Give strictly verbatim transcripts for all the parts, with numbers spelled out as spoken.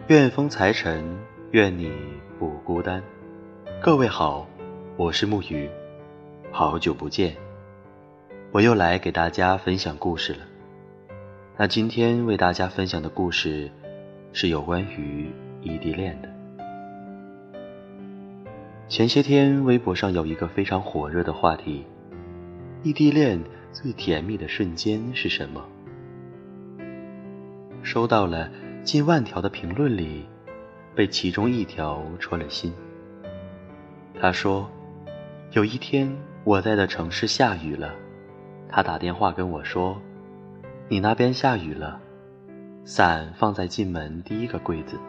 愿风财神，愿你不孤单。各位好，我是木鱼，好久不见，我又来给大家分享故事了。那今天为大家分享的故事是有关于异地恋的。前些天微博上有一个非常火热的话题，异地恋最甜蜜的瞬间是什么？收到了近万条的评论里，被其中一条戳了心。他说，有一天我在的城市下雨了，他打电话跟我说，你那边下雨了，伞放在进门第一个柜子。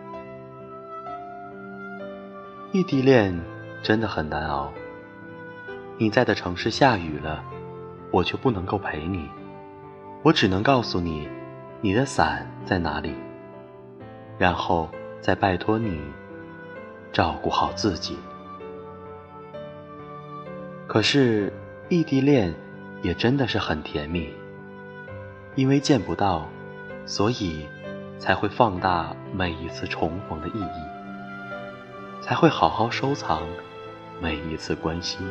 异地恋真的很难熬，你在的城市下雨了，我却不能够陪你，我只能告诉你你的伞在哪里，然后再拜托你照顾好自己。可是异地恋也真的是很甜蜜，因为见不到，所以才会放大每一次重逢的意义，才会好好收藏每一次关心，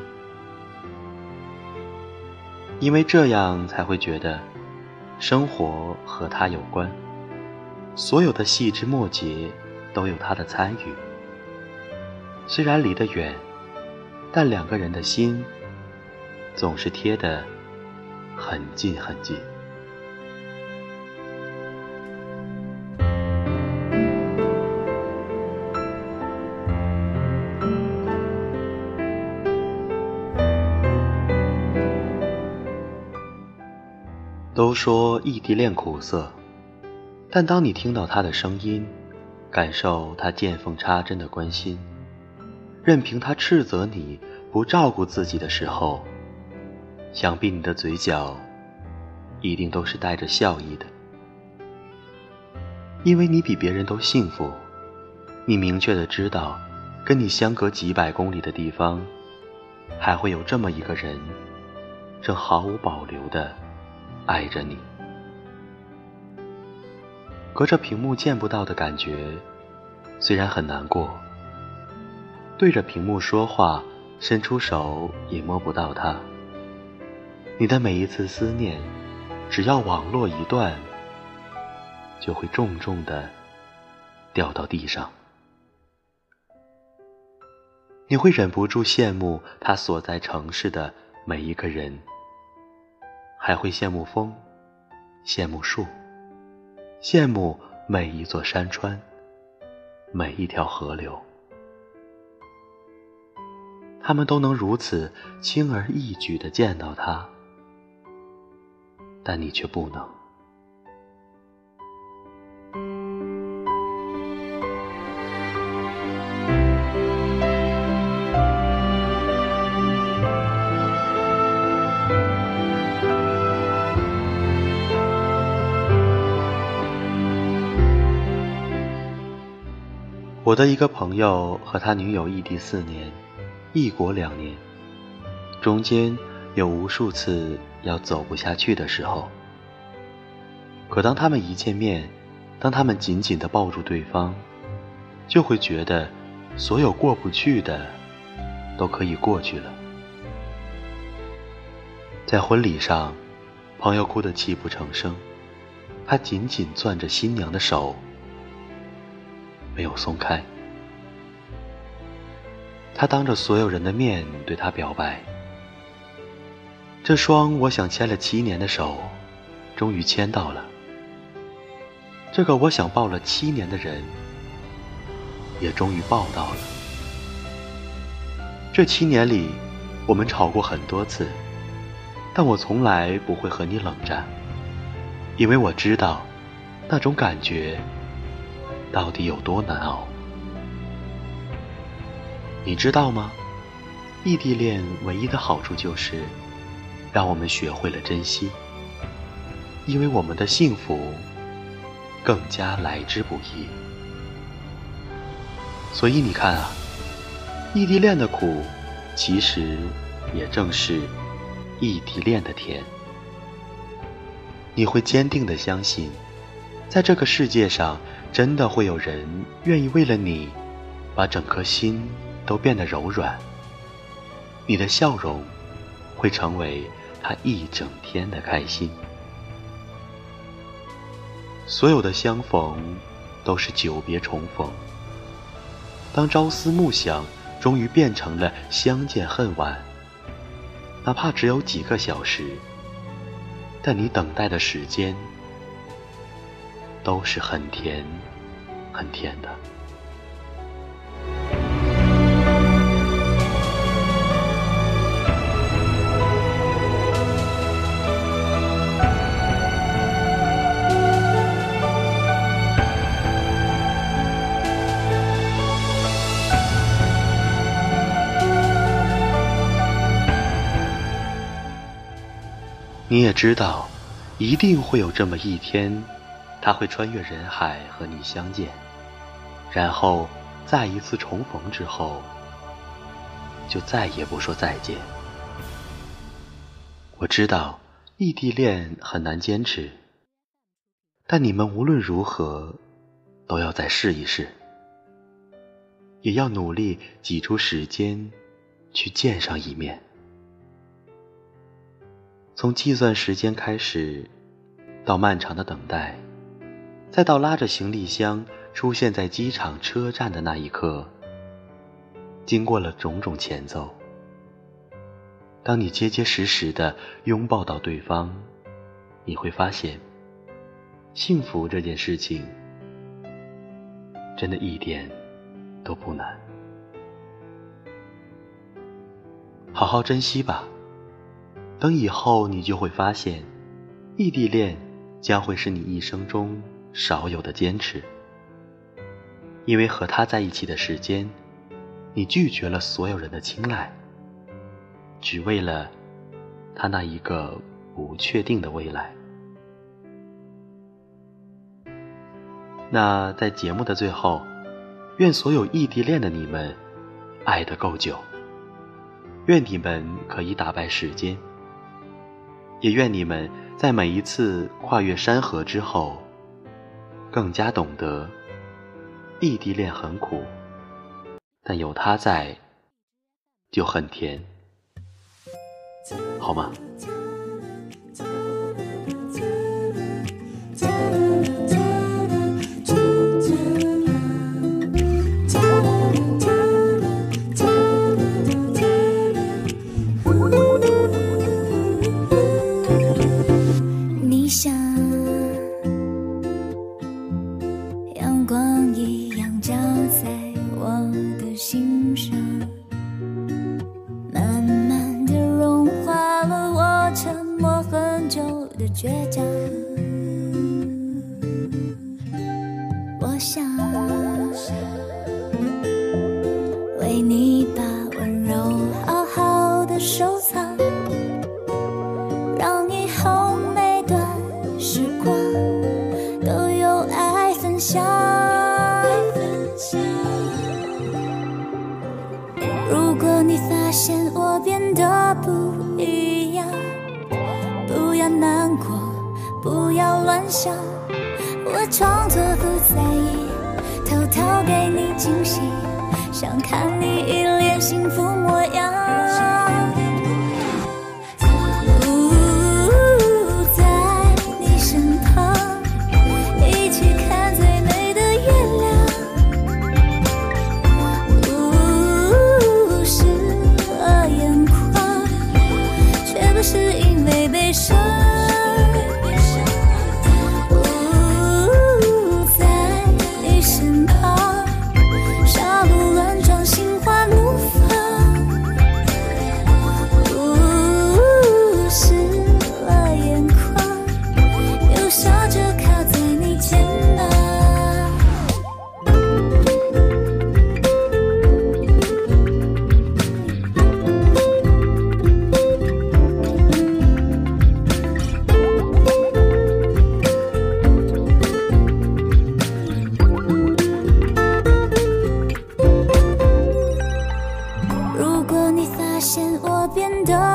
因为这样才会觉得生活和他有关，所有的细枝末节都有他的参与。虽然离得远，但两个人的心总是贴得很近很近。都说异地恋苦涩，但当你听到他的声音，感受他见缝插针的关心，任凭他斥责你不照顾自己的时候，想必你的嘴角一定都是带着笑意的。因为你比别人都幸福，你明确地知道，跟你相隔几百公里的地方，还会有这么一个人，正毫无保留地爱着你。隔着屏幕见不到的感觉，虽然很难过，对着屏幕说话，伸出手也摸不到它。你的每一次思念，只要网络一断，就会重重地掉到地上。你会忍不住羡慕他所在城市的每一个人，还会羡慕风，羡慕树，羡慕每一座山川，每一条河流。他们都能如此轻而易举地见到他，但你却不能。我的一个朋友和他女友异地四年，异国两年，中间有无数次要走不下去的时候。可当他们一见面，当他们紧紧地抱住对方，就会觉得所有过不去的都可以过去了。在婚礼上，朋友哭得泣不成声，他紧紧攥着新娘的手，没有松开。他当着所有人的面对她表白，这双我想牵了七年的手终于牵到了，这个我想抱了七年的人也终于抱到了。这七年里我们吵过很多次，但我从来不会和你冷战，因为我知道那种感觉到底有多难熬。你知道吗？异地恋唯一的好处就是让我们学会了珍惜，因为我们的幸福更加来之不易。所以你看啊，异地恋的苦其实也正是异地恋的甜。你会坚定地相信，在这个世界上真的会有人愿意为了你把整颗心都变得柔软，你的笑容会成为他一整天的开心。所有的相逢都是久别重逢，当朝思暮想终于变成了相见恨晚，哪怕只有几个小时，但你等待的时间都是很甜很甜的。你也知道，一定会有这么一天，他会穿越人海和你相见，然后再一次重逢之后，就再也不说再见。我知道异地恋很难坚持，但你们无论如何都要再试一试，也要努力挤出时间去见上一面。从计算时间开始，到漫长的等待，再到拉着行李箱出现在机场车站的那一刻，经过了种种前奏，当你结结实实地拥抱到对方，你会发现，幸福这件事情真的一点都不难。好好珍惜吧，等以后你就会发现，异地恋将会是你一生中少有的坚持。因为和他在一起的时间，你拒绝了所有人的青睐，只为了他那一个不确定的未来。那在节目的最后，愿所有异地恋的你们爱得够久，愿你们可以打败时间，也愿你们在每一次跨越山河之后，更加懂得异地恋很苦，但有他在就很甜，好吗？ 倔强，我想为你把温柔好好的收藏，让以后每段时光都有爱分享。如果你发现我变得不一样，不要难过，不要乱想，我装作不在意，偷偷给你惊喜，想看你一脸幸福模样。呜，在你身旁，一起看最美的月亮。呜，湿了眼眶，却不是因为悲伤。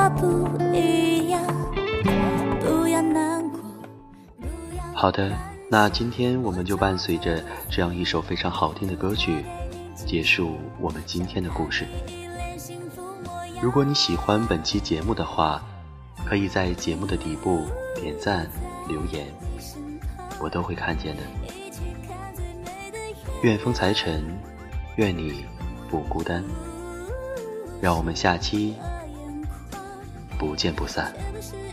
好的， 那今天我们就伴随着这样一首非常好听的歌曲结束我们今天的故事。如果你喜欢本期节目的话，可以在节目的底部点赞留言，我都会看见的。愿风财神，愿你不孤单，让我们下期不见不散。